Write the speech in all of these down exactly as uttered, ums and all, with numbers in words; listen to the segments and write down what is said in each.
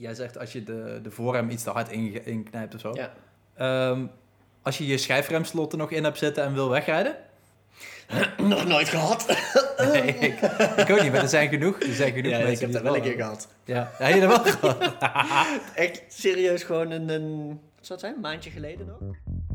jij zegt als je de, de voorrem iets te hard in, inknijpt of zo. Ja. Um, als je je schijfremslot er nog in hebt zitten en wil wegrijden? Nog nooit gehad. Nee, ik, ik ook niet, maar er zijn genoeg. Er zijn genoeg ja, mensen ik heb die dat wel een het keer gehad. Ja, heb je dat wel gehad? Echt serieus gewoon een, een... Wat zou het zijn? Een maandje geleden nog?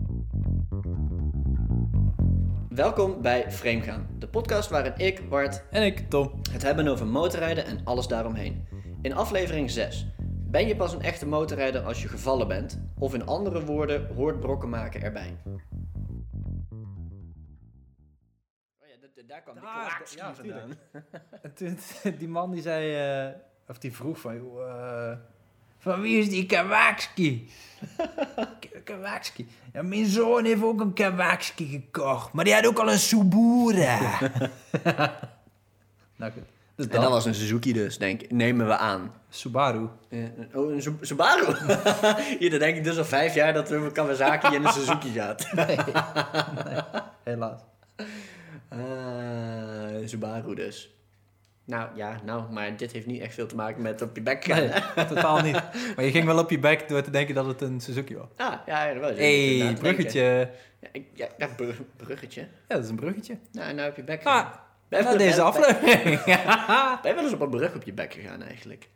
Welkom bij Framegaan, de podcast waarin ik, Bart en ik, Tom, het hebben over motorrijden en alles daaromheen. In aflevering zes. Ben je pas een echte motorrijder als je gevallen bent? Of in andere woorden, hoort brokken maken erbij? Oh ja, d- daar kwam de kwaakski ja, vandaan. En toen, die man die zei, uh, of die vroeg van, joh, uh, van wie is die Kawakski? Kawakski. Ja, mijn zoon heeft ook een Kawakski gekocht, maar die had ook al een Subaru. Nou goed. Dus en dat was een Suzuki dus, denk ik. Nemen we aan. Subaru. Uh, oh, een Su- Subaru? Hier, dan denk ik dus al vijf jaar dat we een Kawasaki en een Suzuki gaat. Nee, nee, helaas. Uh, Subaru dus. Nou ja, nou, maar dit heeft niet echt veel te maken met op je bek gaan. Nee, totaal niet. Maar je ging wel op je bek door te denken dat het een Suzuki was. Ah, ja, dat was het. Hé, hey, bruggetje. Ja, ik, ja, ja brug, bruggetje. Ja, dat is een bruggetje. Nou, nou op je bek Ah, gegaan. Wij nou, deze aflevering. Ben je wel eens op een brug op je bek gegaan eigenlijk?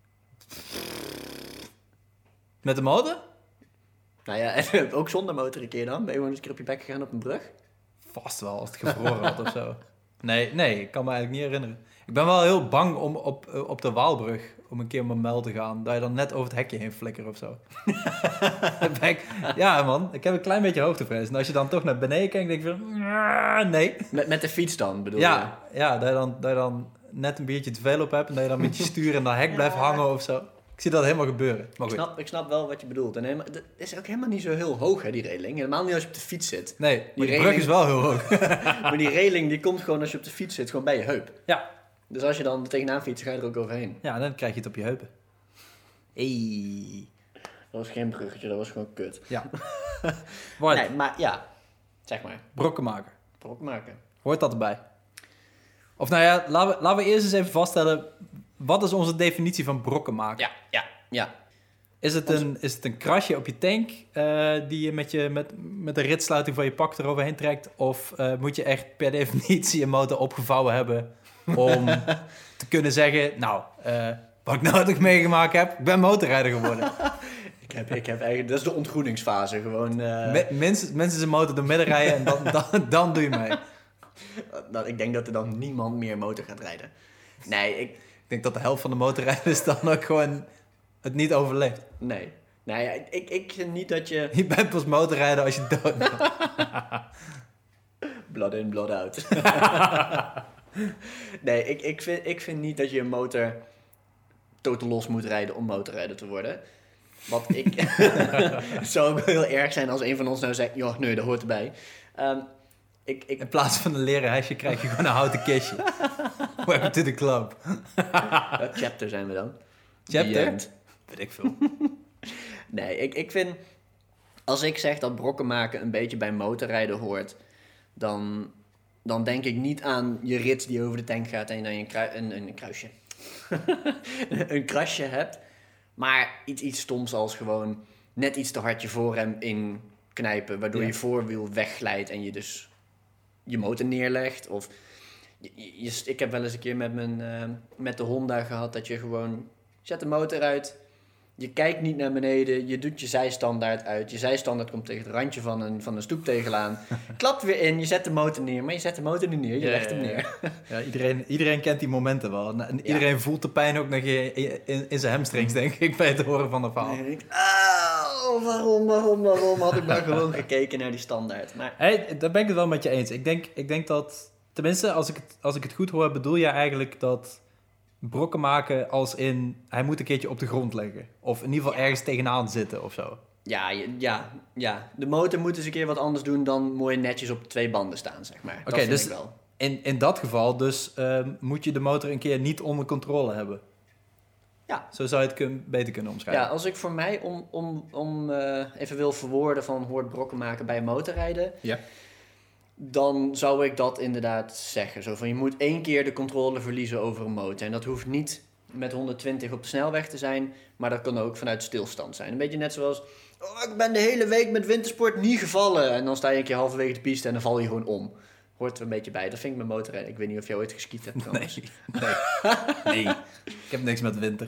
Met de motor? Nou ja, en ook zonder motor een keer dan. Ben je gewoon eens een keer op je bek gegaan op een brug? Vast wel, als het gevroren had of zo. Nee, nee, ik kan me eigenlijk niet herinneren. Ik ben wel heel bang om op, op de Waalbrug, om een keer op mijn muil te gaan, dat je dan net over het hekje heen flikkert of zo. ben ik, ja man, ik heb een klein beetje hoogtevrees. En als je dan toch naar beneden kijkt, denk je van, nee. Met, met de fiets dan, bedoel ja, je? Ja, dat je, dan, dat je dan net een beetje te veel op hebt en dat je dan met je stuur in dat hek blijft hangen of zo. Ik zie dat helemaal gebeuren. Maar ik, snap, ik snap wel wat je bedoelt. En helemaal, het is ook helemaal niet zo heel hoog, hè, die reling. Helemaal niet als je op de fiets zit. Nee, die, die reling, brug is wel heel hoog. Maar die reling die komt gewoon als je op de fiets zit, gewoon bij je heup. Ja. Dus als je dan tegenaan fietst, ga je er ook overheen. Ja, dan krijg je het op je heupen. Hey. Dat was geen bruggetje, dat was gewoon kut. Ja. Nee, maar ja, zeg maar. Brokken maken. Brokken maken. Hoort dat erbij? Of nou ja, laten we, laten we eerst eens even vaststellen, wat is onze definitie van brokken maken? Ja, ja, ja. Is het een, is het een krasje op je tank uh, die je met, je met, met de ritsluiting van je pak eroverheen trekt? Of uh, moet je echt per definitie een motor opgevouwen hebben om te kunnen zeggen, nou, uh, wat ik nodig meegemaakt heb, ik ben motorrijder geworden. ik, heb, ik heb eigenlijk, dat is de ontgroeningsfase gewoon. Uh... Me, minstens, minstens een motor door midden rijden en dan, dan, dan doe je mee. Nou, ik denk dat er dan niemand meer motor gaat rijden. Nee, ik... ik denk dat de helft van de motorrijders dan ook gewoon het niet overleeft. Nee. Nee, ik, ik vind niet dat je... Je bent pas motorrijder als je dood bent. Blood in, blood out. Nee, ik, ik, vind, ik vind niet dat je een motor totaal los moet rijden om motorrijder te worden. Want ik... Het zou ook heel erg zijn als een van ons nou zegt, joh, nee, dat hoort erbij. Um, ik, ik... In plaats van een leren hesje krijg je gewoon een houten kistje. Welcome to the club. Wat chapter zijn we dan? Chapter? Weet ik veel. Nee, ik, ik vind... Als ik zeg dat brokken maken een beetje bij motorrijden hoort, dan, dan denk ik niet aan je rits die over de tank gaat en dan je een, krui, een, een kruisje. een krasje hebt. Maar iets, iets stoms als gewoon net iets te hard je voorrem inknijpen, waardoor ja. je voorwiel wegglijdt en je dus je motor neerlegt. Of je, je, ik heb wel eens een keer met, mijn, uh, met de Honda gehad dat je gewoon zet de motor uit. Je kijkt niet naar beneden, je doet je zijstandaard uit. Je zijstandaard komt tegen het randje van een, van een stoeptegel aan. Klapt weer in, je zet de motor neer, maar je zet de motor niet neer, je ja, legt hem neer. Ja, ja. Ja, iedereen, iedereen kent die momenten wel. En iedereen ja. voelt de pijn ook nog in, in, in zijn hamstrings, denk ik, bij het horen van de verhaal. En ik denk, oh, waarom, waarom, waarom had ik maar gewoon gekeken naar die standaard. Maar... Hey, daar ben ik het wel met je eens. Ik denk, ik denk dat, tenminste, als ik, het, als ik het goed hoor, bedoel je eigenlijk dat brokken maken als in, hij moet een keertje op de grond leggen. Of in ieder geval ergens tegenaan zitten of zo. Ja, ja, ja. De motor moet eens een keer wat anders doen dan mooi netjes op twee banden staan, zeg maar. Oké, okay, dus wel. In, in dat geval dus um, moet je de motor een keer niet onder controle hebben. Ja. Zo zou je het kun, beter kunnen omschrijven. Ja, als ik voor mij om, om, om uh, even wil verwoorden van hoort brokken maken bij motorrijden, ja. dan zou ik dat inderdaad zeggen. Zo van, je moet één keer de controle verliezen over een motor. En dat hoeft niet met honderdtwintig op de snelweg te zijn, maar dat kan ook vanuit stilstand zijn. Een beetje net zoals, oh, ik ben de hele week met wintersport niet gevallen. En dan sta je een keer halverwege de piste en dan val je gewoon om. Hoort er een beetje bij. Dat vind ik met motorrijden. Ik weet niet of jij ooit geskiet hebt trouwens. Nee, nee. nee. Ik heb niks met winter.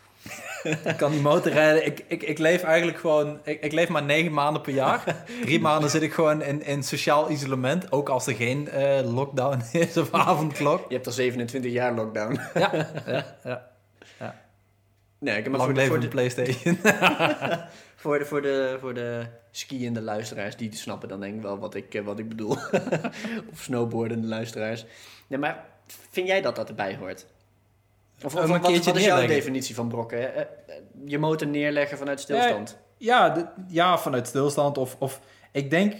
Ik kan niet motorrijden. Ik, ik, ik leef eigenlijk gewoon... Ik, ik leef maar negen maanden per jaar. Drie maanden zit ik gewoon in, in sociaal isolement. Ook als er geen uh, lockdown is of avondklok. Je hebt al zevenentwintig jaar lockdown. Ja, ja, ja. ja. Nee, ik heb maar Lang voor de, leven voor de de, PlayStation. voor, de, voor, de, voor de skiënde luisteraars, die snappen dan denk ik wel wat ik, wat ik bedoel. Of snowboardende luisteraars. Nee, maar vind jij dat dat erbij hoort? Of, of wat, wat is jouw neerleggen. definitie van brokken? Je motor neerleggen vanuit stilstand? Ja, de, ja vanuit stilstand. Of, of ik denk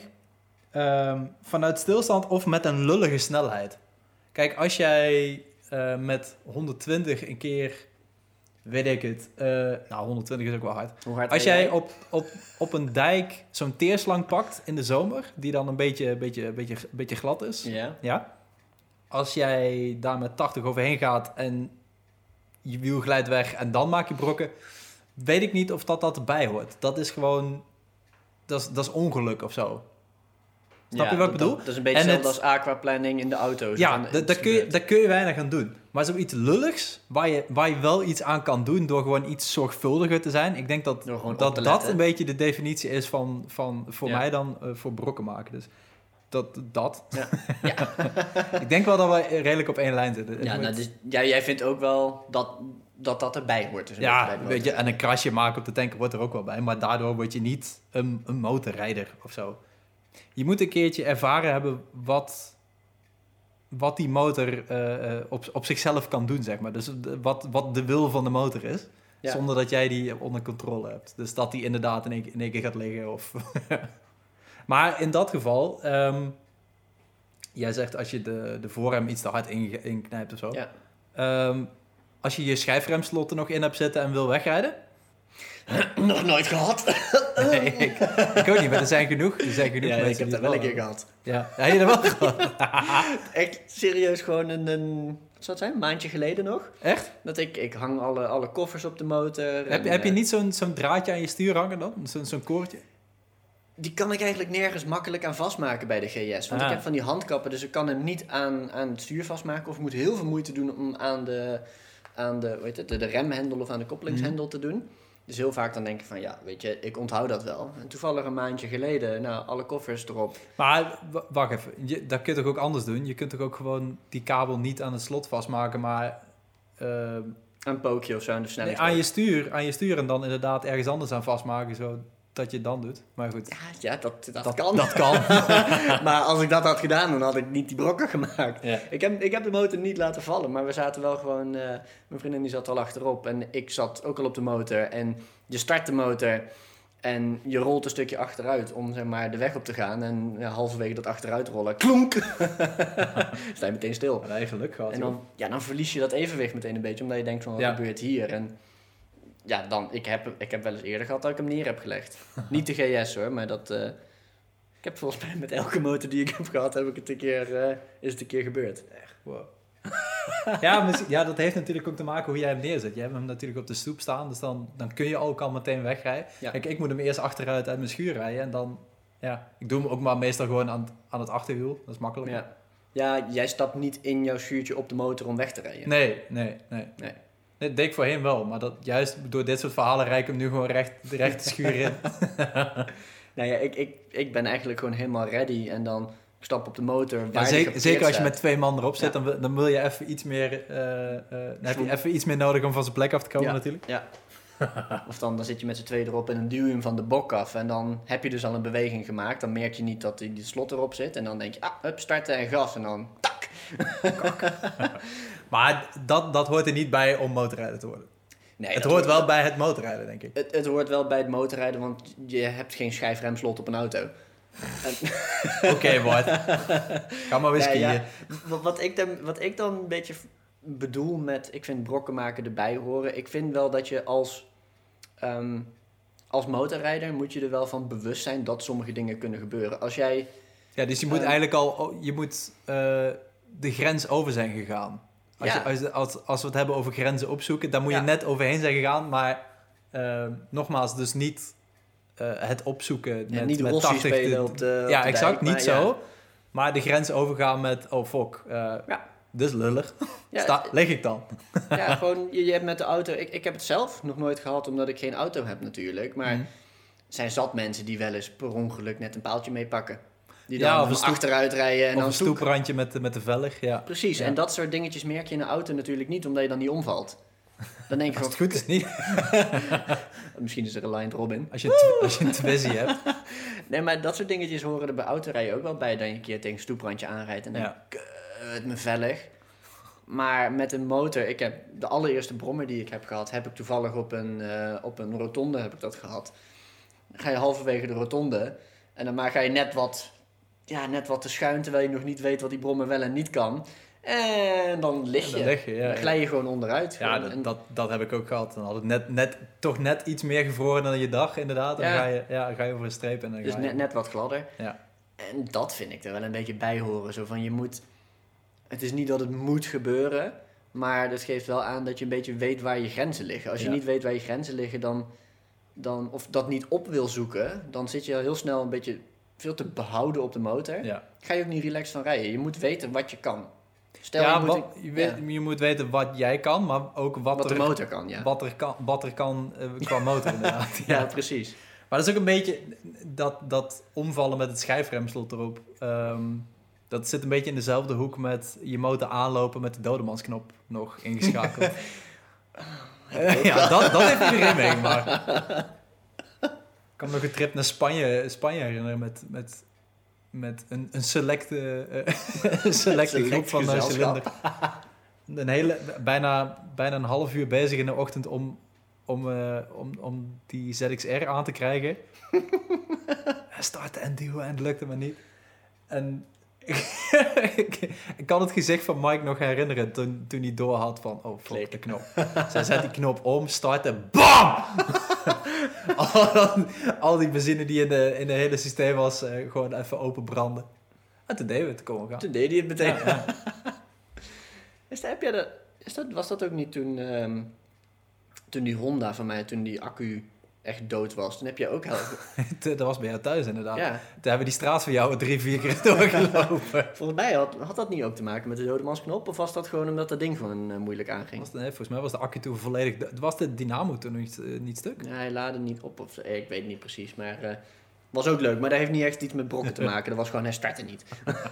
um, vanuit stilstand of met een lullige snelheid. Kijk, als jij uh, met honderdtwintig een keer, weet ik het, uh, nou honderdtwintig is ook wel hard. Hoe hard als jij op, op, op een dijk zo'n teerslang pakt in de zomer, die dan een beetje, beetje, beetje, beetje glad is. Ja. Ja. Als jij daar met tachtig overheen gaat en je wiel glijdt weg en dan maak je brokken, weet ik niet of dat, dat erbij hoort. Dat is gewoon, dat is, dat is ongeluk of zo. Snap ja, je wat ik dat, bedoel? Dat is een beetje en hetzelfde het, als aquaplanning in de auto. Ja, da, daar, kun je, daar kun je weinig aan doen. Maar zoiets lulligs, waar je, waar je wel iets aan kan doen door gewoon iets zorgvuldiger te zijn. Ik denk dat dat, dat een beetje de definitie is van, van voor ja. mij dan uh, voor brokken maken. Dus dat. dat. Ja. Ja. Ik denk wel dat we redelijk op één lijn zitten. Ja, nou, dus, ja, jij vindt ook wel dat dat, dat erbij hoort. Dus ja, weet je, en een krasje maken op de tanker wordt er ook wel bij. Maar daardoor word je niet een, een motorrijder of zo. Je moet een keertje ervaren hebben wat, wat die motor uh, op, op zichzelf kan doen, zeg maar. Dus wat, wat de wil van de motor is. Ja. Zonder dat jij die onder controle hebt. Dus dat die inderdaad in één, in één keer gaat liggen. Of maar in dat geval, um, jij zegt als je de, de voorrem iets te hard in, inknijpt of zo. Ja. Um, als je je schijfremslot er nog in hebt zitten en wil wegrijden. Nog nooit gehad. Nee, ik, ik ook niet, maar er zijn genoeg. Er zijn genoeg ja, mensen ik heb die dat wel een keer gehad. Ja, heb je dat wel gehad? Echt serieus gewoon een, een, wat zou het zijn, een maandje geleden nog. Echt? Dat ik, ik hang alle, alle koffers op de motor. Heb, en, heb je uh, niet zo'n, zo'n draadje aan je stuur hangen dan? Zo, zo'n koordje? Die kan ik eigenlijk nergens makkelijk aan vastmaken bij de G S. Want ah. ik heb van die handkappen, dus ik kan hem niet aan, aan het stuur vastmaken. Of ik moet heel veel moeite doen om aan de, aan de, weet het, de, de remhendel of aan de koppelingshendel mm. te doen. Dus heel vaak dan denk ik van, ja, weet je, ik onthoud dat wel. En toevallig een maandje geleden, nou, alle koffers erop. Maar, w- wacht even, je, dat kun je toch ook anders doen? Je kunt toch ook gewoon die kabel niet aan het slot vastmaken, maar... Uh, een pookje of zo aan de snelheid. Nee, aan je stuur, aan je stuur en dan inderdaad ergens anders aan vastmaken, zo dat je het dan doet. Maar goed. Ja, ja dat, dat, dat kan. Dat kan. Maar als ik dat had gedaan, dan had ik niet die brokken gemaakt. Ja. Ik, heb, ik heb de motor niet laten vallen, maar we zaten wel gewoon... Uh, mijn vriendin die zat al achterop en ik zat ook al op de motor. En je start de motor en je rolt een stukje achteruit om zeg maar, de weg op te gaan. En ja, halverwege dat achteruit rollen, klonk! Sta je meteen stil. Ja, geluk gehad. En dan, ja, dan verlies je dat evenwicht meteen een beetje, omdat je denkt van wat ja. gebeurt hier? En ja, dan, ik heb, ik heb wel eens eerder gehad dat ik hem neer heb gelegd. Niet de G S hoor, maar dat... Uh, ik heb volgens mij met elke motor die ik heb gehad, heb ik het een keer, uh, is het een keer gebeurd. Echt, wow. ja, maar, ja, dat heeft natuurlijk ook te maken hoe jij hem neerzet. Je hebt hem natuurlijk op de stoep staan, dus dan, dan kun je ook al meteen wegrijden. Ja. Kijk, ik moet hem eerst achteruit uit mijn schuur rijden en dan... Ja, ik doe hem ook maar meestal gewoon aan, aan het achterwiel, dat is makkelijk. Ja. Ja, jij stapt niet in jouw schuurtje op de motor om weg te rijden. Nee, nee, nee. nee. Dat deed ik voorheen wel, maar dat, juist door dit soort verhalen rijd ik hem nu gewoon recht, recht de schuur in. Nou ja, ik, ik, ik ben eigenlijk gewoon helemaal ready en dan stap op de motor. Ja, zeker, zeker als je met twee man erop zit, ja. dan, dan wil je even iets meer, uh, uh, dan heb je even iets meer nodig om van zijn plek af te komen ja. natuurlijk. Ja. Of dan, dan zit je met z'n tweeën erop en dan duw je hem van de bok af en dan heb je dus al een beweging gemaakt. Dan merk je niet dat die, die slot erop zit en dan denk je, ah, hup, starten en gas en dan tak. Maar dat, dat hoort er niet bij om motorrijder te worden. Nee, het hoort wel dat... bij het motorrijden, denk ik. Het, het hoort wel bij het motorrijden, want je hebt geen schijfremslot op een auto. Oké, okay, wat? Ga maar weer skiën. Ja, ja. Wat, ik dan, wat ik dan een beetje bedoel met, ik vind brokken maken erbij horen. Ik vind wel dat je als, um, als motorrijder moet je er wel van bewust zijn dat sommige dingen kunnen gebeuren. Als jij... Ja, dus je moet uh, eigenlijk al, je moet uh, de grens over zijn gegaan. Als, Ja. je, als, als, als we het hebben over grenzen opzoeken, daar moet je Ja. net overheen zijn gegaan. Maar uh, nogmaals, dus niet uh, het opzoeken Ja, met, niet met Rossi tachtig... spelen op de op Ja, de exact, dijk, niet maar, zo. Ja. Maar de grens overgaan met, oh fuck, uh, Ja. dit is lullig. Ja, Sta, leg ik dan? Ja, gewoon, je, je hebt met de auto... Ik, ik heb het zelf nog nooit gehad, omdat ik geen auto heb natuurlijk. Maar Mm. er zijn zat mensen die wel eens per ongeluk net een paaltje meepakken. Die Ja, dan of een stoep- achteruit rijden en Of dan een toek. stoeprandje met, de- met de vellig, ja. Precies, Ja. en dat soort dingetjes merk je in een auto natuurlijk niet, omdat je dan niet omvalt. Dan denk je Als het van, goed is niet. misschien is er een Lion Robin. Als je, een tw- als je een Twizy hebt. Nee, maar dat soort dingetjes horen er bij autorijden ook wel bij, dat je een keer tegen een stoeprandje aanrijdt en dan Ja. kut, me vellig. Maar met een motor, ik heb de allereerste brommer die ik heb gehad, heb ik toevallig op een, uh, op een rotonde heb ik dat gehad. Dan ga je halverwege de rotonde en dan maar ga je net wat, ja, net wat te schuin, terwijl je nog niet weet wat die brommer wel en niet kan. En dan lig je. Dan lig je, ja, dan glij je gewoon onderuit. Ja, gewoon. dat, En- dat, dat heb ik ook gehad. Dan had het net, net, toch net iets meer gevroren dan je dacht, inderdaad. En Ja. dan ga je, ja, dan ga je over een streep en dan Dus ga je... net, net wat gladder. Ja. En dat vind ik er wel een beetje bij horen. Zo van je moet. Het is niet dat het moet gebeuren. Maar dat geeft wel aan dat je een beetje weet waar je grenzen liggen. Als je Ja. niet weet waar je grenzen liggen, dan, dan. Of dat niet op wil zoeken. Dan zit je heel snel een beetje veel te behouden op de motor. Ja. Ga je ook niet relaxed van rijden. Je moet weten wat je kan. Stel ja, je, moet wat, een- je, weet, ja, je moet weten wat jij kan, maar ook wat, wat er, de motor kan. Ja, wat er kan, wat er kan uh, qua motor, inderdaad. ja. Ja. precies. Maar dat is ook een beetje dat, dat omvallen met het schijfremslot erop. Um, dat zit een beetje in dezelfde hoek met je motor aanlopen met de dodemansknop nog ingeschakeld. ja, dat, dat heeft iedereen meegemaakt. Ik kan me nog een trip naar Spanje, Spanje herinneren met, met, met een, een selecte, uh, een selecte Select groep van uh, gezelschap. cilinder. Een hele, bijna, bijna een half uur bezig in de ochtend om, om, uh, om, om die Z X R aan te krijgen. Starten en duwen en het lukte me niet. En ik, ik kan het gezicht van Mike nog herinneren toen, toen hij door had van, oh fuck, Klik. de knop. Zij zet die knop om, starten, BAM! al, al die benzine die in de, in de hele systeem was, uh, gewoon even open branden. En toen deden we het, komen gaan. Toen deed hij het meteen. Ja, ja. Is dat, heb jij dat, is dat, was dat ook niet toen, um, toen die Honda van mij, toen die accu echt dood was? Toen heb je ook heel... Dat was bij jou thuis inderdaad. ja, Toen hebben we die straat van jou drie, vier keer doorgelopen. volgens mij had, had dat niet ook te maken met de dodemansknop, of was dat gewoon omdat dat ding gewoon uh, moeilijk aanging? Was de, nee, volgens mij was de accu toen volledig... Het was de dynamo toen niet, uh, niet stuk. Ja, hij laadde niet op, of ik weet het niet precies, maar uh, was ook leuk. Maar dat heeft niet echt iets met brokken te maken, dat was gewoon, hij startte niet.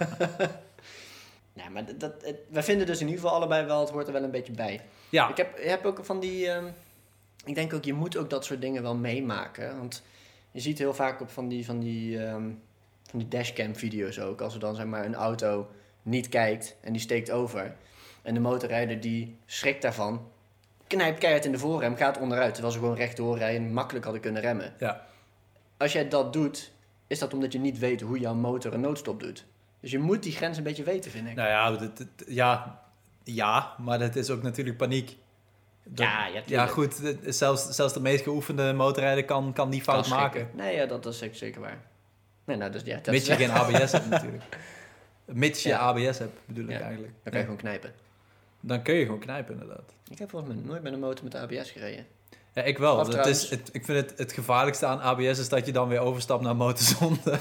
Nee, maar dat, dat, het, wij vinden dus in ieder geval allebei wel, het hoort er wel een beetje bij. Ja, Ik heb, ik heb ook van die... Um, ik denk ook, je moet ook dat soort dingen wel meemaken. Want je ziet heel vaak op van die, van die, um, van die dashcam video's ook. Als er dan zeg maar een auto niet kijkt en die steekt over. En de motorrijder die schrikt daarvan. Knijpt keihard in de voorrem, gaat onderuit. Terwijl ze gewoon rechtdoor rijden en makkelijk hadden kunnen remmen. ja. Als jij dat doet, is dat omdat je niet weet hoe jouw motor een noodstop doet. Dus je moet die grens een beetje weten, vind ik. Nou ja, het, het, ja, ja, maar het is ook natuurlijk paniek. Dat, Ja, ja, ja, tuurlijk. goed, het- zelfs, zelfs de meest geoefende motorrijder kan, kan die fout Kan maken. schrikken. Nee, ja, dat, dat is zeker, zeker waar. Nee, nou, dus ja, dat Mits je is, geen A B S hebt natuurlijk. Mits je Ja. A B S hebt, bedoel ik Ja. eigenlijk. dan kan je Ja. gewoon knijpen. Dan kun je gewoon knijpen, inderdaad. Ik heb volgens mij nooit met een motor met A B S gereden. Ja, ik wel. Of Het trouwens- is, het, ik vind het, het gevaarlijkste aan A B S is dat je dan weer overstapt naar motorzonde.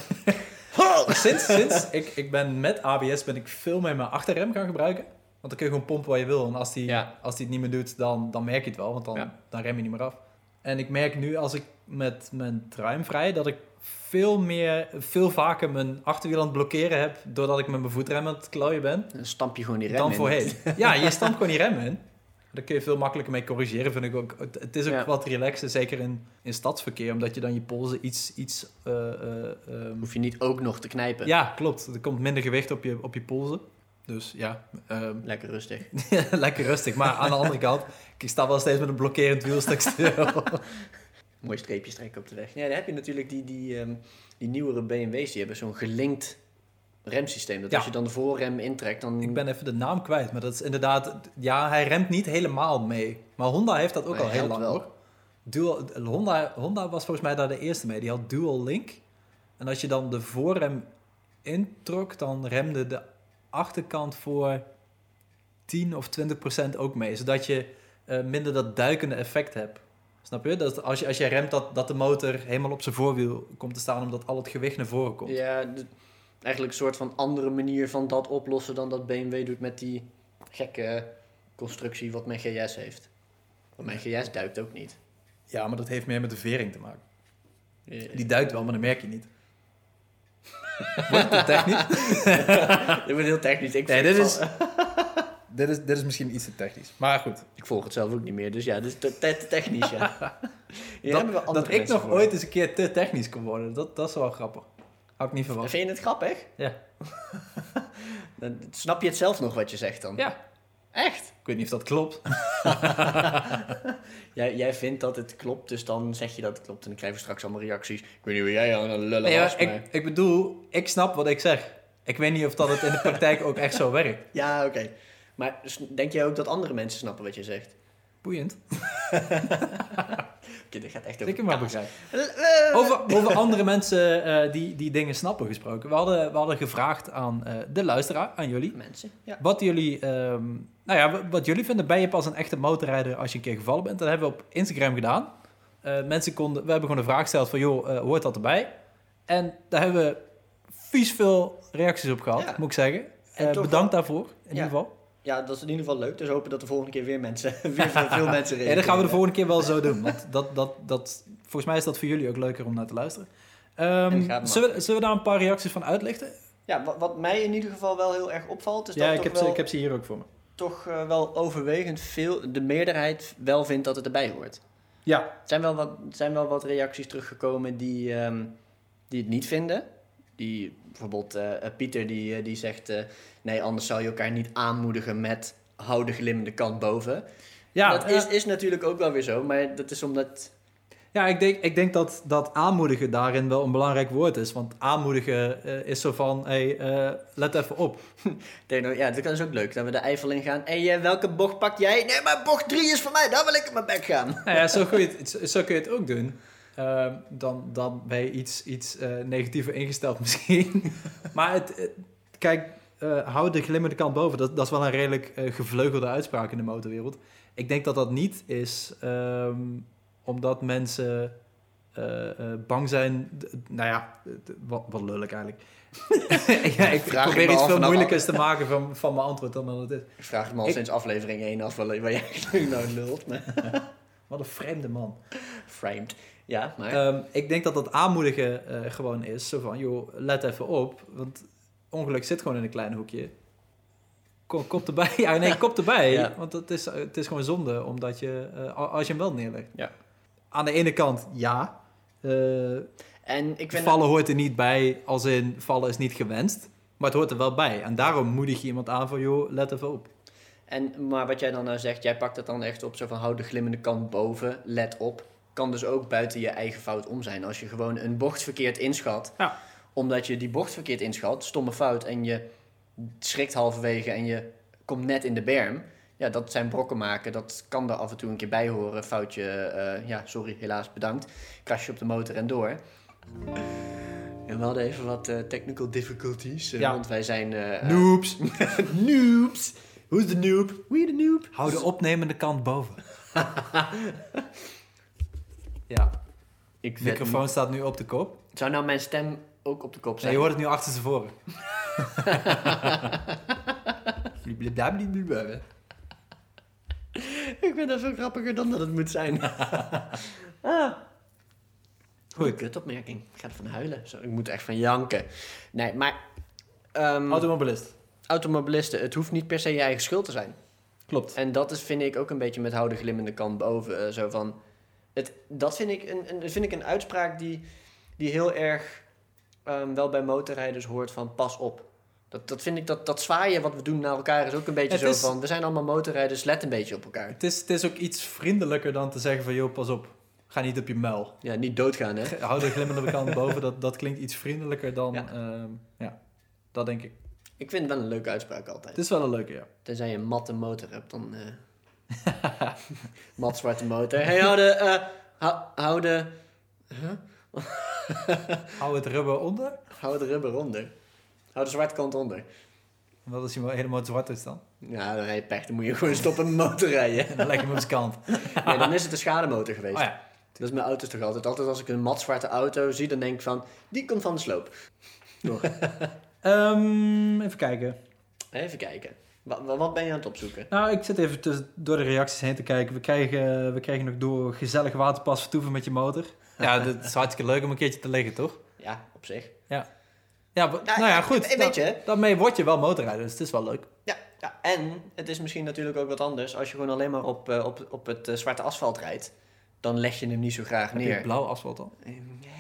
sinds sinds ik, ik ben met A B S ben ik veel meer mijn achterrem gaan gebruiken. Want dan kun je gewoon pompen waar je wil. En als die, Ja. als die het niet meer doet, dan, dan merk je het wel. Want dan, Ja. dan rem je niet meer af. En ik merk nu als ik met mijn truim vrij... dat ik veel, meer, veel vaker mijn achterwiel aan het blokkeren heb... doordat ik met mijn voetrem aan het klooien ben. Dan stamp je gewoon die rem Dan in. voorheen. Ja, je stampt gewoon die rem in. Daar kun je veel makkelijker mee corrigeren, vind ik ook. Het, het is ook Ja. wat relaxer, zeker in, in stadsverkeer, omdat je dan je polsen iets... iets uh, uh, um... Hoef je niet ook nog te knijpen. Ja, klopt. Er komt minder gewicht op je, op je polsen. Dus ja, um... Lekker rustig. lekker rustig. Maar aan de andere kant, ik sta wel steeds met een blokkerend wielstuk stil. Mooi streepje trekken op de weg. Ja, dan heb je natuurlijk die, die, um, die nieuwere B M W's, die hebben zo'n gelinkt remsysteem. Dat Ja. als je dan de voorrem intrekt, dan... Ik ben even de naam kwijt, maar dat is inderdaad... Ja, hij remt niet helemaal mee. Maar Honda heeft dat ook Maar al hij heel helpt lang, wel. hoor. Dual, Honda, Honda was volgens mij daar de eerste mee. Die had Dual Link. En als je dan de voorrem introk, dan remde de achterkant voor... tien of twintig procent ook mee. Zodat je uh, minder dat duikende effect hebt. Snap je? Dat als je, als je remt, dat, dat de motor helemaal op zijn voorwiel komt te staan, omdat al het gewicht naar voren komt. Ja, de, eigenlijk een soort van andere manier van dat oplossen dan dat B M W doet met die gekke constructie wat mijn G S heeft. Want mijn G S duikt ook niet. Ja, maar dat heeft meer met de vering te maken. Ja. Die duikt wel, maar dat merk je niet. Wordt het te technisch? Dit wordt heel technisch. Ik, nee, dit val... is, dit, is, dit is misschien iets te technisch. Maar goed. Ik volg het zelf ook niet meer, dus ja, dit is te, te, te technisch, ja. dat dat ik nog voor. ooit eens een keer te technisch kon worden, dat, dat is wel grappig. Had ik niet verwacht. Vind je het grappig? Ja. Dan snap je het zelf nog wat je zegt dan? Ja. Echt? Ik weet niet of dat klopt. jij, jij vindt dat het klopt, dus dan zeg je dat het klopt en dan krijgen we straks allemaal reacties. Ik weet niet hoe jij aan een lullen nee, was, maar maar... ik, ik bedoel, ik snap wat ik zeg. Ik weet niet of dat het in de praktijk ook echt zo werkt. Ja, oké. Okay. Maar denk jij ook dat andere mensen snappen wat je zegt? Boeiend. Okay, dit gaat echt over Zeker maar begrijpen. Over, over andere mensen uh, die, die dingen snappen gesproken. We hadden, we hadden gevraagd aan uh, de luisteraar, aan jullie. Mensen, ja. Wat jullie, um, nou ja, wat jullie vinden, ben je pas een echte motorrijder als je een keer gevallen bent? Dat hebben we op Instagram gedaan. Uh, mensen konden, we hebben gewoon een vraag gesteld van, joh, uh, hoort dat erbij? En daar hebben we vies veel reacties op gehad, ja. moet ik zeggen. Uh, bedankt wel, daarvoor, in ja. ieder geval. Ja, dat is in ieder geval leuk. Dus we hopen dat de volgende keer weer mensen, weer veel, veel mensen reageren. Ja, dat gaan we de volgende keer wel zo doen. Want dat, dat, dat, volgens mij is dat voor jullie ook leuker om naar te luisteren. Um, zullen, we, zullen we daar een paar reacties van uitlichten? Ja, wat, wat mij in ieder geval wel heel erg opvalt... is ja, dat ik, heb wel, ze, ik heb ze hier ook voor me. Toch uh, wel overwegend veel... de meerderheid wel vindt dat het erbij hoort. Ja. Er zijn wel wat, zijn wel wat reacties teruggekomen die, um, die het niet vinden. Die, bijvoorbeeld uh, Pieter die, uh, die zegt... Uh, nee, anders zou je elkaar niet aanmoedigen met... hou de glimmende kant boven. Ja, dat uh, is, is natuurlijk ook wel weer zo, maar dat is omdat... Ja, ik denk, ik denk dat, dat aanmoedigen daarin wel een belangrijk woord is. Want aanmoedigen uh, is zo van, hey, uh, let even op. Ja, dat is ook leuk, dat we de Eifel in gaan. Hé, hey, uh, welke bocht pak jij? Nee, maar bocht drie is voor mij, daar wil ik op mijn bek gaan. Nou ja, zo kun je het, zo kun je het ook doen. Uh, dan, dan ben je iets, iets uh, negatiever ingesteld misschien. Maar het, het, kijk, uh, hou de glimmende kant boven. Dat, dat is wel een redelijk uh, gevleugelde uitspraak in de motorwereld. Ik denk dat dat niet is... Um, omdat mensen uh, uh, bang zijn... D- nou ja, d- wat, wat lul ik eigenlijk. ja, ik vraag probeer iets veel moeilijkers te maken van, van mijn antwoord dan dat het is. Ik vraag me al ik... sinds aflevering één af waar jij nou lult. Maar... wat een vreemde man. Framed. Ja, maar... Um, ik denk dat dat aanmoedigen uh, gewoon is. Zo van, joh, let even op. Want ongeluk zit gewoon in een klein hoekje. Kom, kop erbij. Ja, nee, kop erbij. Ja. Want het is, het is gewoon zonde, omdat je... Uh, als je hem wel neerlegt. Ja. Aan de ene kant, ja. Uh, en ik vind vallen hoort er niet bij, als in vallen is niet gewenst. Maar het hoort er wel bij. En daarom moedig je iemand aan van, joh, let even op. En, maar wat jij dan nou zegt, jij pakt het dan echt op zo van, hou de glimmende kant boven, let op. Kan dus ook buiten je eigen fout om zijn. Als je gewoon een bocht verkeerd inschat, ja. omdat je die bocht verkeerd inschat, stomme fout, en je schrikt halverwege en je komt net in de berm... Ja, dat zijn brokken maken. Dat kan er af en toe een keer bij horen. Foutje, uh, ja, sorry, helaas, bedankt. Krasje op de motor en door. En we hadden even wat uh, technical difficulties. Uh, ja. Want wij zijn... Uh, noobs. Noobs. Who's the noob? We the noob. Hou de opnemende kant boven. ja. Ik de microfoon niet... staat nu op de kop. Zou nou mijn stem ook op de kop zijn? Nee, je hoort het nu achter z'n voren. Ik vind dat veel grappiger dan dat het moet zijn. ah. Goed. Kutopmerking. Ik ga ervan huilen. Zo, ik moet echt van janken. Nee, maar... Um, Automobilist. Automobilisten. Het hoeft niet per se je eigen schuld te zijn. Klopt. En dat is, vind ik, ook een beetje met hou de glimmende kant boven. Uh, zo van... Het, dat vind ik een, een, vind ik een uitspraak die, die heel erg um, wel bij motorrijders hoort van pas op. Dat, dat vind ik, dat, dat zwaaien wat we doen naar elkaar is ook een beetje het zo is, van... We zijn allemaal motorrijders, let een beetje op elkaar. Het is, het is ook iets vriendelijker dan te zeggen van... joh, pas op, ga niet op je muil. Ja, niet doodgaan, hè? Hou de glimmende kant boven, dat, dat klinkt iets vriendelijker dan... Ja. Uh, ja, dat denk ik. Ik vind het wel een leuke uitspraak altijd. Het is wel een leuke, ja. Tenzij je een matte motor hebt, dan... Uh... mat zwarte motor. Hey, hou de... Uh, hou, hou de... Huh? hou het rubber onder? Hou het rubber onder. Hou de zwarte kant onder. En wat als je helemaal zwart is dan? Ja, dan rij je pech. Dan moet je gewoon stoppen met motorrijden. En dan leg je hem op zijn kant. Nee, dan is het een schademotor geweest. Oh ja. Dat is mijn auto's toch altijd. Altijd als ik een matzwarte auto zie, dan denk ik van... Die komt van de sloop. Door. Um, even kijken. Even kijken. Wat, wat ben je aan het opzoeken? Nou, ik zit even tussen, door de reacties heen te kijken. We krijgen, we krijgen nog door gezellig waterpas vertoeven met je motor. Ja, dat is hartstikke leuk om een keertje te liggen, toch? Ja, op zich. Ja. Ja, b- Ja, nou ja, goed. weet Dat- je- daarmee word je wel motorrijder, dus het is wel leuk. Ja, ja, en het is misschien natuurlijk ook wat anders. Als je gewoon alleen maar op, uh, op, op het uh, zwarte asfalt rijdt, dan leg je hem niet zo graag Heb neer. je blauw asfalt dan? Uh,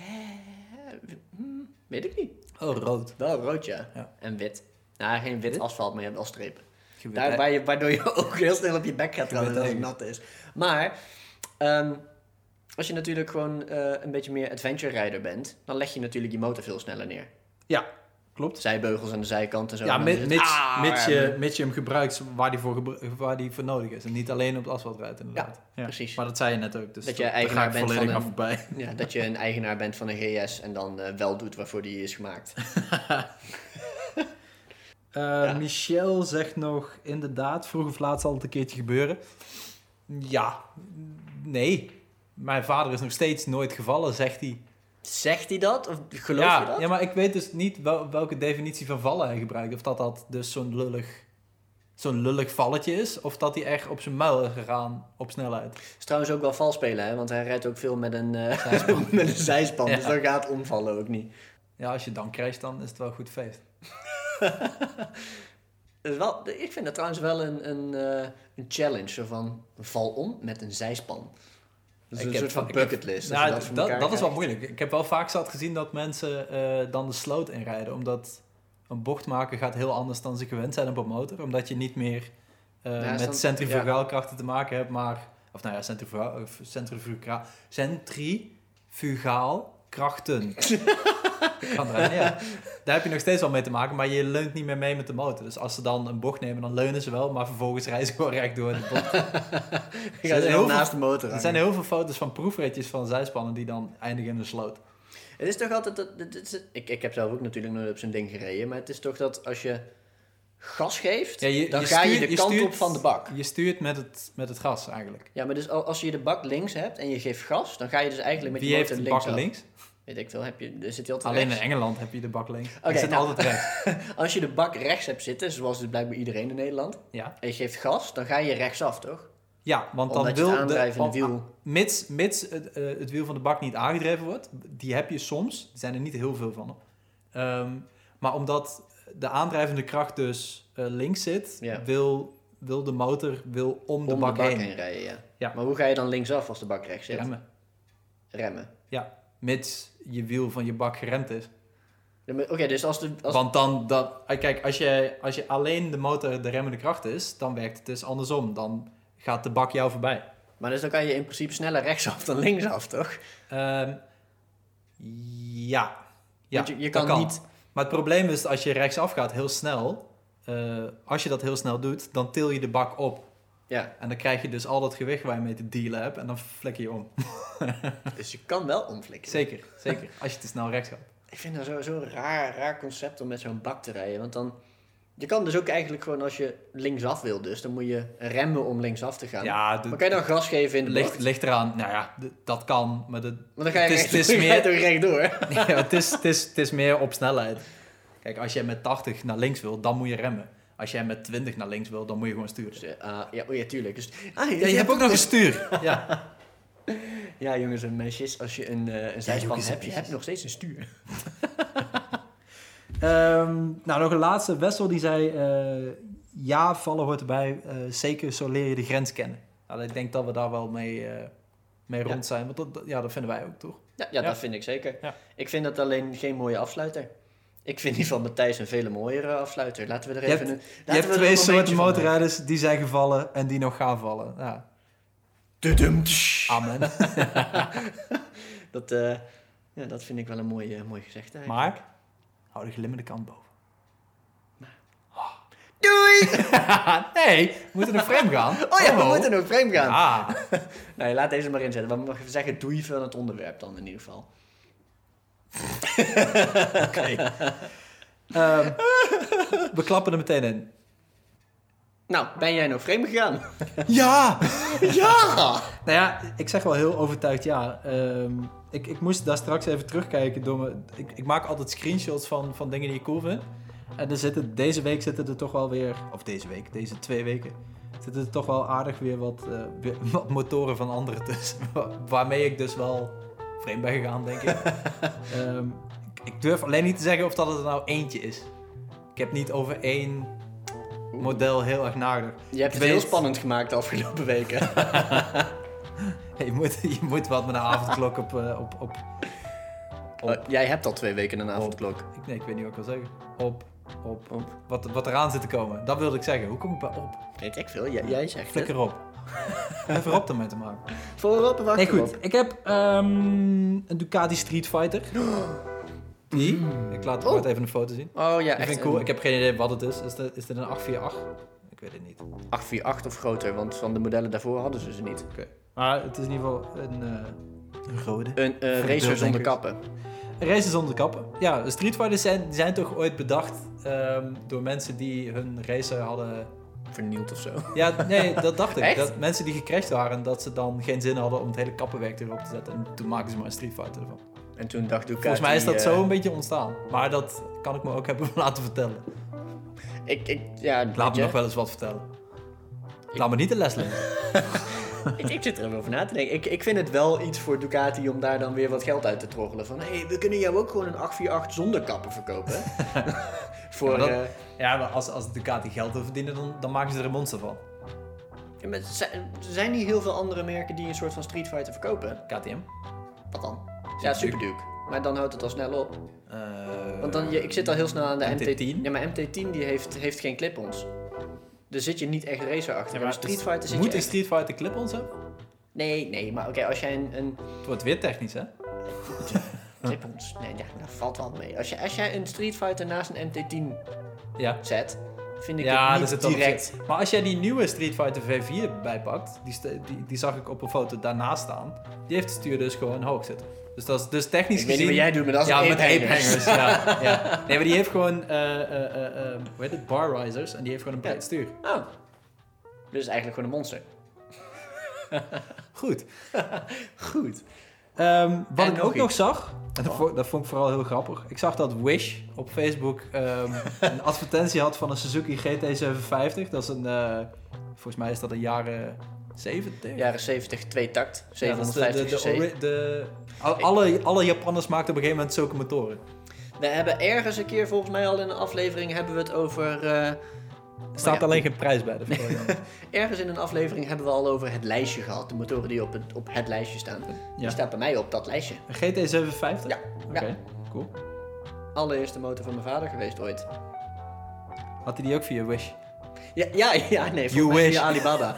weet ik niet. Oh, rood. Wel rood, ja. Ja. En wit. Nou, geen wit Wit? asfalt, maar je hebt al strepen. Je Daar, weet- waar je, waardoor je ook heel snel op je bek gaat gaan weet als het het nat is. Maar, um, als je natuurlijk gewoon uh, een beetje meer adventure rijder bent, dan leg je natuurlijk je motor veel sneller neer. Ja, klopt. Zijbeugels aan de zijkant en zo. Ja, en dan mi- is het, mits, ah, mits, ja, je, mits je hem gebruikt waar die, voor gebru- waar die voor nodig is. En niet alleen op het asfalt rijdt, inderdaad. Ja, precies. Maar dat zei je net ook. Dus Dat je daar eigenaar ga ik bent volledig van aan een- voorbij. Ja, dat je een eigenaar bent van een G S en dan uh, wel doet waarvoor die is gemaakt. Uh, Ja. Michel zegt nog, inderdaad, vroeg of laat zal het een keertje gebeuren. Ja, nee. Mijn vader is nog steeds nooit gevallen, zegt hij. Zegt hij dat? Of geloof ja, je dat? Ja, maar ik weet dus niet wel, welke definitie van vallen hij gebruikt. Of dat dat dus zo'n lullig, zo'n lullig valletje is, of dat hij echt op zijn muil is gegaan op snelheid. Is trouwens ook wel vals spelen, hè? Want hij rijdt ook veel met een, uh, zijspan. met een zijspan. Ja. Dus dan gaat omvallen ook niet. Ja, als je dan krijgt, dan is het wel goed feest. Dus wel, ik vind dat trouwens wel een, een, uh, een challenge. Zo van, val om met een zijspan. Dat is Ik een heb- soort van ik heb- bucketlist. Nou, dat dat, voor dat, elkaar dat is wel krijgt. moeilijk. Ik heb wel vaak zat gezien dat mensen eh, dan de sloot inrijden. Omdat een bocht maken gaat heel anders dan ze gewend zijn op een motor. Omdat je niet meer eh, Ja, is met dan- centrifugaalkrachten te maken hebt, maar... Of nou ja, centrifugaal, centrifugaal, centrifugaal krachten. Kan eruit, ja. Daar heb je nog steeds wel mee te maken, maar je leunt niet meer mee met de motor. Dus als ze dan een bocht nemen, dan leunen ze wel, maar vervolgens rijden ze gewoon rechtdoor de bocht. Je Er gaat zijn heel heel naast de motor Er hangen. zijn heel veel foto's van proefritjes van zijspannen die dan eindigen in de sloot. Het is toch altijd... Dat, dat, dat- ik, ik heb zelf ook natuurlijk nooit op zo'n ding gereden. Maar het is toch dat als je gas geeft, Ja, je- dan je ga je stuurt- de je kant stuurt- op van de bak. Je stuurt met het, met het gas eigenlijk. Ja, maar dus al- als je de bak links hebt en je geeft gas, dan ga je dus eigenlijk met Wie je heeft motor de links bak af. links? Weet ik veel, heb je, er zit hij altijd Alleen in rechts. Engeland heb je de bak links. Oké, Ik zit nou. altijd rechts. Als je de bak rechts hebt zitten, zoals dus blijkbaar iedereen in Nederland, Ja, en je geeft gas, dan ga je rechtsaf, toch? ja want dan Omdat je wil het aandrijvende de, wiel... Mits, mits het, eh, het wiel van de bak niet aangedreven wordt, die heb je soms, er zijn er niet heel veel van. Ehm, maar omdat de aandrijvende kracht dus eh, links zit, Ja. wil, wil de motor wil om de om bak, de bak heen heen rijden, ja. Ja. Maar hoe ga je dan linksaf als de bak rechts zit? remmen. Remmen. Ja, mits je wiel van je bak geremd is. Ja, maar- Oké, dus als de... Als... Want dan, dat, eh, kijk, als je, als je alleen de motor de remmende kracht is, dan werkt het dus andersom. Dan gaat de bak jou voorbij. Maar dus dan kan je in principe sneller rechtsaf dan linksaf, toch? Ehm, ja. Ja, Want je, je dat kan, niet... Maar het probleem is, als je rechtsaf gaat heel snel, eh, als je dat heel snel doet, dan til je de bak op. Ja, En dan krijg je dus al dat gewicht waar je mee te dealen hebt en dan flikker je om. dus je kan wel omflikken. Zeker, zeker. Als je te snel rechts gaat. Ik vind dat zo'n zo raar, raar concept om met zo'n bak te rijden. Want dan... Je kan dus ook eigenlijk gewoon als je linksaf wil dus, dan moet je remmen om linksaf te gaan. Ja, de, Maar kan je dan gas geven in de ligt, bocht? ligt eraan. Nou ja, d- dat kan, maar de, Maar dan ga je het is- recht, het is dan ga je meer- toch rechtdoor. ja, het, is, het, is, het is meer op snelheid. Kijk, als jij met tachtig naar links wil, dan moet je remmen. Als jij met twintig naar links wil, dan moet je gewoon sturen. Dus, uh, ja, oh ja, tuurlijk. Dus, ah, Ja, je hebt ook nog een stuur. Ja. Ja, jongens en meisjes, als je een, uh, een zijspan jongens en hebt, je meisjes. hebt nog steeds een stuur. Um, nou, nog een laatste. Wessel die zei, uh, ja, vallen hoort erbij. Uh, zeker, zo leer je de grens kennen. Nou, ik denk dat we daar wel mee, uh, mee Ja. rond zijn. Want dat, dat- ja, dat vinden wij ook, toch? Ja, ja, Ja. dat vind ik zeker. Ja. Ik vind dat alleen geen mooie afsluiter. Ik vind die van Matthijs een vele mooiere afsluiter. Laten we er Je even hebt- een Je laten hebt we er twee een soorten momentje van maken. motorrijders die zijn gevallen en die nog gaan vallen. Ja. Tudum, tsch. Amen. Dat, uh, ja, dat vind ik wel een mooi, uh, mooi gezegd eigenlijk. Maar, hou de glimmende kant boven. Doei! Nee, we moeten een frame gaan. Oh ja, we Hallo. moeten nog frame gaan. Ah, Nee, laat deze maar inzetten. We mogen zeggen doei van het onderwerp dan in ieder geval. oké. Ehm, we klappen er meteen in. Nou, ben jij nou vreemd gegaan? Ja! Ja! Nou ja, ik zeg wel heel overtuigd ja. Um, ik, ik moest daar straks even terugkijken. Door me, ik, ik maak altijd screenshots van, van dingen die ik cool vind. En er zitten, deze week zitten er toch wel weer... Of deze week, deze twee weken... Zitten er toch wel aardig weer wat, uh, weer wat motoren van anderen tussen. Waarmee ik dus wel vreemd ben gegaan, denk ik. um, ik. Ik durf alleen niet te zeggen of dat het er nou eentje is. Ik heb niet over één model heel erg nagedacht. Je hebt ik het weet... heel spannend gemaakt de afgelopen weken. je, moet, je moet wat met een avondklok op... Uh, op, op, op. Uh, jij hebt al twee weken een avondklok. Op, ik, nee, ik weet niet wat ik wil zeggen. Op... Op, op. Wat, wat eraan zit te komen. Dat wilde ik zeggen. Hoe kom ik bij op? Weet ik veel. J- jij zegt Flikker op. Even op ermee te maken. Voorop en wacht Nee, goed. erop. Ik heb um, een Ducati Street Fighter. Die. Mm. Ik laat oh. het even een foto zien. Oh ja, die echt. vind ik cool. Ik heb geen idee wat het is. Is dit, is dit een acht vier acht? Ik weet het niet. acht vier acht of groter, want van de modellen daarvoor hadden ze ze niet. Oké. Okay. Maar het is in ieder geval een, uh, een rode. Een uh, racer zonder kappen. Races zonder kappen. Ja, de Street Fighters zijn, zijn toch ooit bedacht um, door mensen die hun racer hadden... Vernield of zo. Ja, nee, dat dacht ik. Echt? Dat mensen die gecrashed waren, dat ze dan geen zin hadden om het hele kappenwerk erop te zetten. En toen maken ze maar een Street Fighter ervan. En toen dacht Ducati... Volgens mij is dat uh... zo een beetje ontstaan. Maar dat kan ik me ook hebben laten vertellen. Ik, ik, ja, ik laat me je? nog wel eens wat vertellen. Ik... Laat me niet de les lezen. ik, ik zit er even over na te denken. Ik, ik vind het wel iets voor Ducati om daar dan weer wat geld uit te troggelen. Van, hé, hey, we kunnen jou ook gewoon een acht vier acht zonder kappen verkopen. voor, ja, maar, dat, uh, ja, maar als, als Ducati geld wil verdienen, dan, dan maken ze er een monster van. Ja, maar zijn, zijn niet heel veel andere merken die een soort van Street Fighter verkopen? K T M. Wat dan? Super ja, Super Duke. Maar dan houdt het al snel op. Uh, Want dan, je, ik zit al heel snel aan de M T tien. M T... Ja, maar M T tien die heeft, heeft geen clip-ons. Dus zit je niet echt racer achter. Ja, maar Street Fighter zit moet je een echt... Street Fighter clip-ons hebben? Nee, nee, maar oké, okay, als jij een, een... Het wordt weer technisch, hè? clip-ons? Nee, ja, dat valt wel mee. Als, je, als jij een Street Fighter naast een M T tien ja. zet, vind ik ja, het niet het direct... Maar als jij die nieuwe Street Fighter V vier bijpakt, die, die, die zag ik op een foto daarnaast staan, die heeft het stuur dus gewoon hoog zitten. Dus dat is dus technisch ik gezien... Ik weet niet wat jij doet, maar dat is ja, een met ape-hangers. ja, ja. Nee, maar die heeft gewoon, uh, uh, uh, uh, hoe heet het, bar risers en die heeft gewoon een breed ja. stuur. Oh. Dus eigenlijk gewoon een monster. Goed. Goed. Um, wat en ik ook iets. nog zag, en dat, oh. vond, dat vond ik vooral heel grappig. Ik zag dat Wish op Facebook um, een advertentie had van een Suzuki G T zevenhonderdvijftig. Dat is een, uh, volgens mij is dat een jaren zeventig. Jaren zeventig, twee takt, zevenhonderdvijftig cc. Ja, de, de, de, de, alle, alle Japanners maakten op een gegeven moment zulke motoren. We hebben ergens een keer, volgens mij al in een aflevering, hebben we het over... Uh, er staat ja, alleen geen prijs bij. De ergens in een aflevering hebben we al over het lijstje gehad. De motoren die op het, op het lijstje staan. Ja. Die staat bij mij op dat lijstje. Een G T zevenhonderdvijftig? Ja. Oké, okay, ja. cool. Allereerste motor van mijn vader geweest ooit. Had hij die ook via Wish? Ja, ja, ja nee, volgens mij via Alibaba.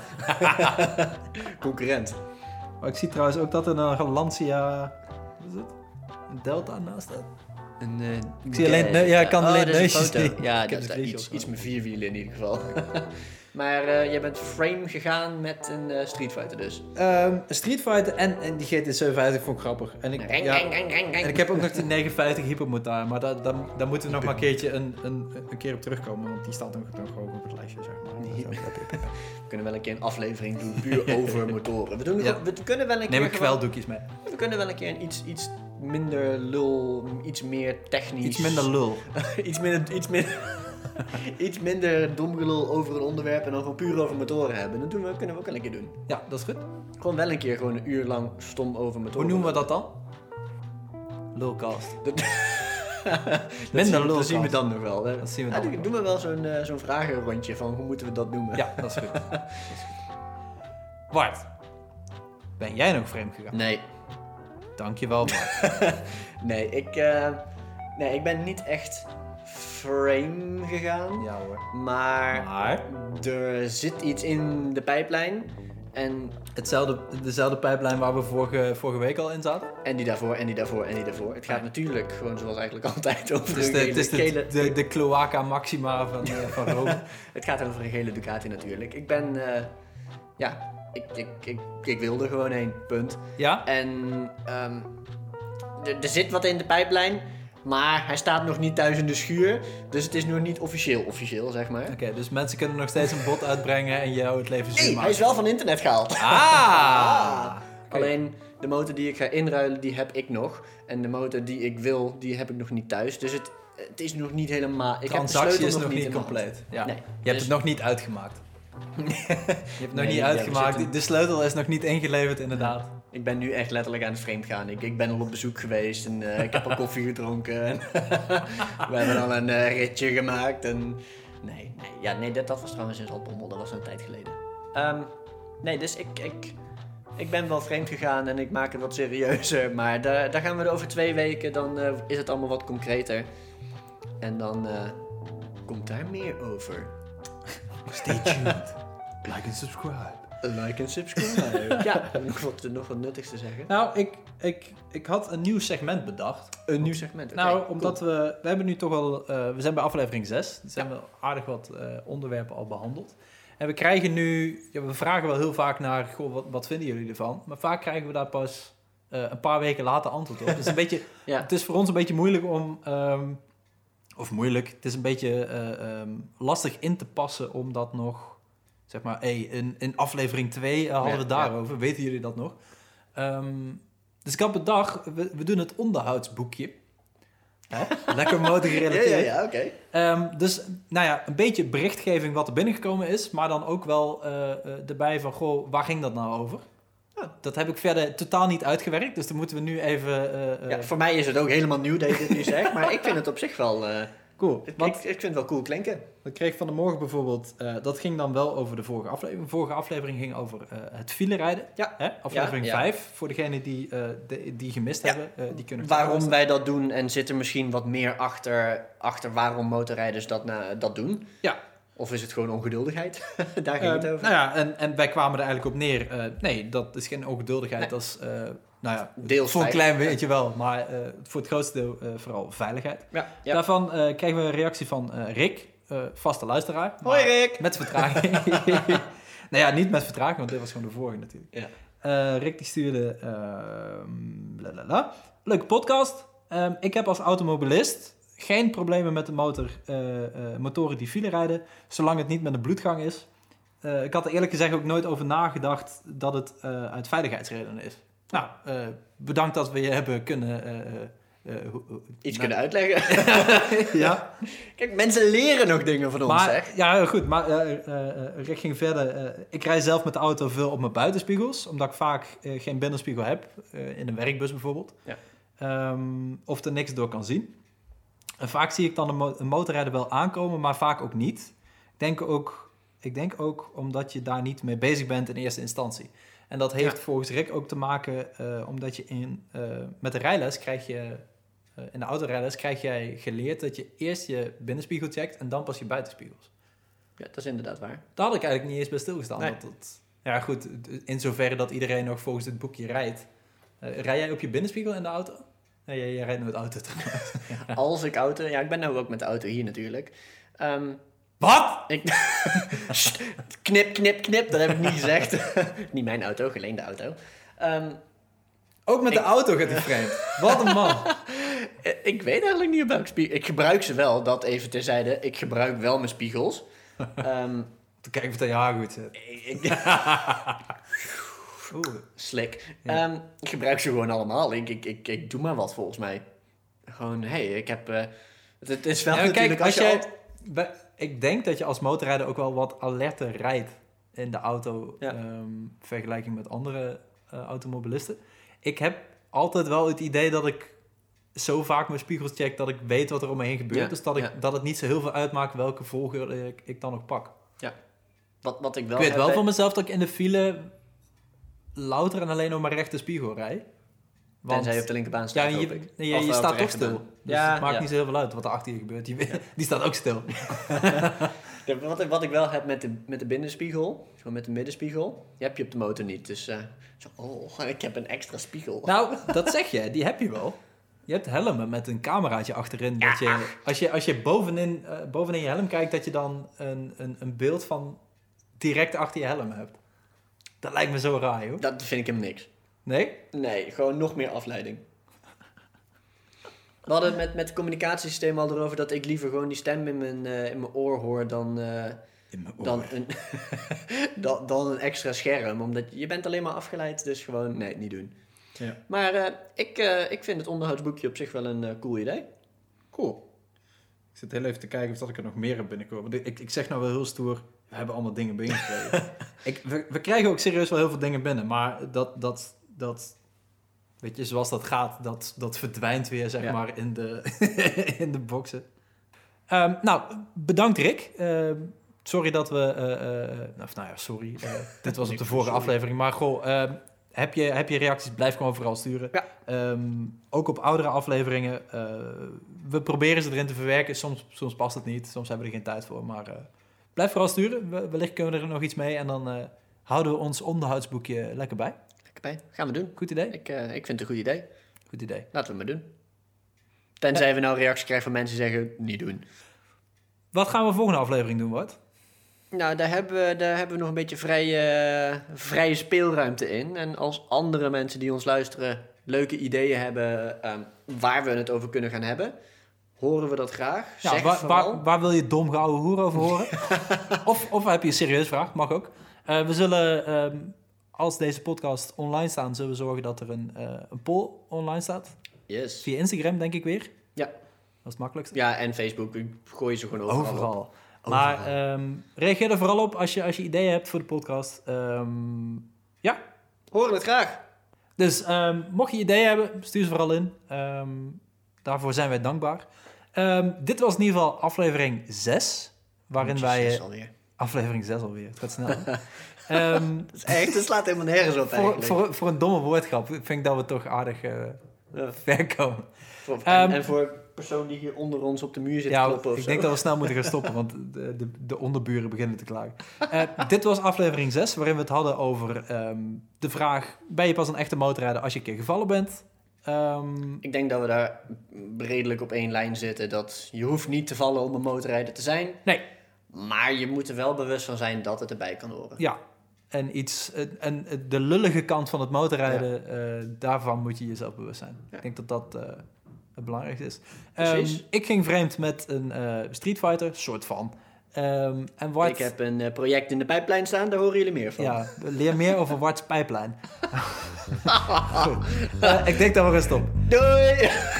Concurrent. Maar ik zie trouwens ook dat er een Lancia... Wat is het? Een Delta naast staat. Een, uh, ik zie alleen... Nee, ja, ik kan oh, alleen neusjes zien. Ja, dat is iets, iets met vier wielen in ieder geval. Maar uh, jij bent frame gegaan met een uh, Street Fighter dus? Um, een Street Fighter en, en die G T zevenhonderdvijftig vond ik grappig. En ik, ring, ja, ring, ring, ring, ring. En ik heb ook nog die negenenvijftig Hypermotor, maar daar, daar, daar moeten we nog maar een keertje een, een, een keer op terugkomen, want die staat nog, nog hoog op het lijstje, zeg maar. We kunnen wel een keer een aflevering doen puur over motoren. We, doen, ja. we kunnen wel een keer... Neem ik kweldoekjes mee. We kunnen wel een keer een iets, iets minder lul, iets meer technisch... Iets minder lul. iets minder... Iets minder iets minder domgelul over een onderwerp en dan gewoon puur over motoren hebben. Dat doen we, kunnen we ook wel een keer doen. Ja, dat is goed. Gewoon wel een keer gewoon een uur lang stom over motoren. Hoe noemen we dat dan? Lulcast. Dat minder lulcast. Dat zien we dan nog wel. Hè? Dat zien we dan ja, nog doen we wel zo'n, uh, zo'n vragenrondje van hoe moeten we dat noemen. Ja, dat is goed. Dat is goed. Bart, ben jij nog vreemd gegaan? Nee. Dankjewel, Bart. nee, ik, uh, nee, ik ben niet echt... frame gegaan. Ja hoor. Maar, maar er zit iets in de pijplijn. En Hetzelfde, dezelfde pijplijn waar we vorige, vorige week al in zaten? En die daarvoor, en die daarvoor, en die daarvoor. Het gaat ja. natuurlijk gewoon zoals eigenlijk altijd over dus een de, gele... Het is de, gele... de, de cloaca maxima van, uh, van Rome. Het gaat over een gele Ducati natuurlijk. Ik ben... Uh, ja, ik, ik, ik, ik wilde gewoon heen. Punt. Ja? En um, er zit wat in de pijplijn. Maar hij staat nog niet thuis in de schuur. Dus het is nog niet officieel officieel, zeg maar. Oké, okay, dus mensen kunnen nog steeds een bot uitbrengen en jou het leven zuur Nee, maken. hij is wel van internet gehaald. Ah! ah. Okay. Alleen de motor die ik ga inruilen, die heb ik nog. En de motor die ik wil, die heb ik nog niet thuis. Dus het, het is nog niet helemaal... De ik transactie heb de is nog nog niet in mijn compleet. Ja. Nee, Je dus... hebt het nog niet uitgemaakt. Je hebt het nog Nee, niet ja, uitgemaakt. zitten... De sleutel is nog niet ingeleverd, inderdaad. Ik ben nu echt letterlijk aan het vreemd gaan. Ik, ik ben al op bezoek geweest en uh, ik heb al koffie gedronken. En we hebben al een uh, ritje gemaakt. En... Nee, nee, ja, nee dat, dat was trouwens in Zaltbommel. Dat was een tijd geleden. Um, nee, dus ik, ik, ik ben wel vreemd gegaan en ik maak het wat serieuzer. Maar daar, daar gaan we er over twee weken. Dan uh, is het allemaal wat concreter. En dan uh, komt daar meer over. Stay tuned. Like and subscribe. Like en subscribe. Ja, heb ik nog wat, nog wat nuttigs te zeggen? Nou, ik, ik, ik had een nieuw segment bedacht. Een nieuw segment? Okay, nou, omdat cool. we... We hebben nu toch al... Uh, we zijn bij aflevering zes. Dus ja. hebben we aardig wat uh, onderwerpen al behandeld. En we krijgen nu... Ja, we vragen wel heel vaak naar... Goh, wat, wat vinden jullie ervan? Maar vaak krijgen we daar pas uh, een paar weken later antwoord op. Dus een beetje... ja. Het is voor ons een beetje moeilijk om... Um, of moeilijk. Het is een beetje uh, um, lastig in te passen om dat nog... Zeg maar, hey, in, in aflevering twee uh, hadden we het ja, daarover. Ja. Weten jullie dat nog? Um, dus ik had bedacht, we, we doen het onderhoudsboekje. Hè? Lekker motorgerelateerd. Ja, ja, ja, oké. Okay. Um, dus, nou ja, een beetje berichtgeving wat er binnengekomen is. Maar dan ook wel uh, uh, erbij van, goh, waar ging dat nou over? Ja. Dat heb ik verder totaal niet uitgewerkt. Dus dan moeten we nu even... Uh, uh, ja, voor mij is het ook helemaal nieuw dat je dit nu zegt. Maar ik vind het op zich wel... Uh... Cool. Want, ik, ik vind het wel cool klinken. Ik kreeg van de morgen bijvoorbeeld... Uh, dat ging dan wel over de vorige aflevering. De vorige aflevering ging over uh, het filerijden. Ja. Hè? Aflevering ja, ja. vijf. Voor degenen die, uh, de, die gemist ja. hebben. Uh, die kunnen waarom wij dat doen. En zit er misschien wat meer achter, achter waarom motorrijders dat, na, dat doen. Ja. Of is het gewoon ongeduldigheid? Daar ging uh, het over. Nou ja, en, en wij kwamen er eigenlijk op neer. Uh, nee, dat is geen ongeduldigheid. Nee. Dat is... Uh, Nou ja, deels voor een klein beetje wel, maar uh, voor het grootste deel uh, vooral veiligheid. Ja, ja. Daarvan uh, kregen we een reactie van uh, Rick, uh, vaste luisteraar. Hoi Rick! Met vertraging. Nou ja, niet met vertraging, want dit was gewoon de vorige natuurlijk. Ja. Uh, Rick die stuurde... Uh, Leuke podcast. Um, ik heb als automobilist geen problemen met de motor, uh, uh, motoren die file rijden, zolang het niet met een bloedgang is. Uh, ik had er eerlijk gezegd ook nooit over nagedacht dat het uh, uit veiligheidsredenen is. Nou, uh, bedankt dat we je hebben kunnen... Uh, uh, uh, Iets nou, kunnen uitleggen. Ja. Kijk, mensen leren nog dingen van ons, maar, zeg. Ja, goed. Maar uh, uh, Rick ging verder. Uh, ik rij zelf met de auto veel op mijn buitenspiegels. Omdat ik vaak uh, geen binnenspiegel heb. Uh, in een werkbus bijvoorbeeld. Ja. Um, of er niks door kan zien. En vaak zie ik dan een, mo- een motorrijder wel aankomen, maar vaak ook niet. Ik denk ook, ik denk ook omdat je daar niet mee bezig bent in eerste instantie. En dat heeft ja. volgens Rick ook te maken, uh, omdat je in, uh, met de rijles krijg je, uh, in de autorijles krijg jij geleerd dat je eerst je binnenspiegel checkt en dan pas je buitenspiegels. Ja, dat is inderdaad waar. Daar had ik eigenlijk niet eens bij stilgestaan. Nee. Dat dat, ja goed, in zoverre dat iedereen nog volgens het boekje rijdt. Uh, rij jij op je binnenspiegel in de auto? Nee, jij, jij rijdt nooit auto trouwens. Ja. Als ik auto... Ja, ik ben nou ook met de auto hier natuurlijk. Um, Wat? Ik, knip, knip, knip. Dat heb ik niet gezegd. Niet mijn auto, geleende auto. Um, ook met ik, de auto gaat hij vreemd. Wat een man. Ik weet eigenlijk niet op welke spiegel. Ik gebruik ze wel, dat even terzijde. Ik gebruik wel mijn spiegels. Um, Te kijken of dat je haar goed zit. Oeh, slik. Ja. Um, ik gebruik ze gewoon allemaal. Ik, ik, ik, ik doe maar wat volgens mij. Gewoon, hé, hey, ik heb... Uh, het, het is wel ja, natuurlijk... Kijk, als, als jij... Al... Ik denk dat je als motorrijder ook wel wat alerter rijdt in de auto... Ja. Um, vergelijking met andere uh, automobilisten. Ik heb altijd wel het idee dat ik zo vaak mijn spiegels check... dat ik weet wat er om me heen gebeurt. Ja. Dus dat, ik, ja. dat het niet zo heel veel uitmaakt welke volgorde ik, ik dan nog pak. Ja. Wat, wat ik wel ik weet wel bij... van mezelf dat ik in de file... louter en alleen nog maar rechte spiegel rij. Want Tenzij je op de linkerbaan staat, ja, je, hoop ik. je, je, je staat toch stil. Dus ja, het maakt ja. niet zo heel veel uit wat er achter je gebeurt. Die, ja. die staat ook stil. Ja, wat, ik, wat ik wel heb met de, met de binnenspiegel, zo met de middenspiegel, die heb je op de motor niet. Dus uh, zo, oh, ik heb een extra spiegel. Nou, dat zeg je, die heb je wel. Je hebt helmen met een cameraatje achterin. Ja. Dat je, als je, als je bovenin, uh, bovenin je helm kijkt, dat je dan een, een, een beeld van direct achter je helm hebt. Dat lijkt me zo raar, joh. Dat vind ik hem niks. Nee? Nee, gewoon nog meer afleiding. We hadden het met, met het communicatiesysteem al erover dat ik liever gewoon die stem in mijn, uh, in mijn oor hoor dan, uh, in mijn oor. dan, een, dan, dan een extra scherm. Omdat je bent alleen maar afgeleid, dus gewoon nee, niet doen. Ja. Maar uh, ik, uh, ik vind het onderhoudsboekje op zich wel een uh, cool idee. Cool. Ik zit heel even te kijken of dat ik er nog meer heb binnenkomen. Ik, ik zeg nou wel heel stoer, we hebben allemaal dingen binnengekregen. ik, we, we krijgen ook serieus wel heel veel dingen binnen, maar dat, dat, dat weet je, zoals dat gaat, dat, dat verdwijnt weer, zeg ja. maar, in de, in de boxen. Um, nou, bedankt Rick. Uh, sorry dat we, uh, uh, of nou ja, sorry. Uh, dit was op de vorige sorry. aflevering, maar goh, uh, heb je, heb je reacties, blijf gewoon vooral sturen. Ja. Um, ook op oudere afleveringen. Uh, we proberen ze erin te verwerken. Soms, soms past het niet. Soms hebben we er geen tijd voor. Maar uh, blijf vooral sturen. We, wellicht kunnen we er nog iets mee. En dan uh, houden we ons onderhoudsboekje lekker bij. Lekker bij. Gaan we doen. Goed idee? Ik, uh, ik vind het een goed idee. Goed idee. Laten we het maar doen. Tenzij uh, we nou reacties krijgen van mensen die zeggen, niet doen. Wat gaan we volgende aflevering doen, Bart? Nou, daar hebben we, daar hebben we nog een beetje vrije, uh, vrije speelruimte in. En als andere mensen die ons luisteren leuke ideeën hebben um, waar we het over kunnen gaan hebben, horen we dat graag. Ja, zeg waar, vooral. Waar, waar wil je dom geouwe hoer over horen? of, of heb je een serieus vraag? Mag ook. Uh, we zullen, um, als deze podcast online staat, zullen we zorgen dat er een, uh, een poll online staat. Yes. Via Instagram, denk ik weer. Ja. Dat is het makkelijkste. Ja, en Facebook. Ik gooi ze gewoon overal, overal. op. Maar um, reageer er vooral op als je, als je ideeën hebt voor de podcast. Um, ja. Horen het graag. Dus um, mocht je ideeën hebben, stuur ze vooral in. Um, daarvoor zijn wij dankbaar. Um, dit was in ieder geval aflevering zes. Waarin Moetje wij... zes alweer. Aflevering zes alweer. Het gaat snel. um, dat is echt, het slaat helemaal nergens op voor, eigenlijk. Voor, voor een domme woordgrap vind ik dat we toch aardig uh, ja. ver komen. Voor, en, um, en voor een persoon die hier onder ons op de muur zit ja, te kloppen of ik zo. denk dat we snel moeten gaan stoppen, want de, de, de onderburen beginnen te klagen. Uh, dit was aflevering zes, waarin we het hadden over um, de vraag... Ben je pas een echte motorrijder als je een keer gevallen bent? Um, ik denk dat we daar redelijk op één lijn zitten. Dat je hoeft niet te vallen om een motorrijder te zijn. Nee. Maar je moet er wel bewust van zijn dat het erbij kan horen. Ja. En, iets, en de lullige kant van het motorrijden, ja. uh, daarvan moet je jezelf bewust zijn. Ja. Ik denk dat dat uh, het belangrijkste is. Um, ik ging vreemd met een uh, Street Fighter, soort van. Um, en Wart, ik heb een uh, project in de pijplijn staan, daar horen jullie meer van. Ja, leer meer over Wart's pijplijn. Goed. Uh, ik denk dat we gaan stoppen. Doei!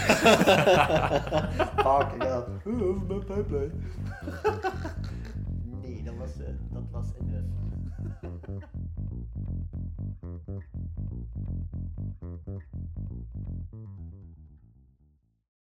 Fuck, ja. Over mijn pijplijn. Nee, dat was, uh, dat was enough.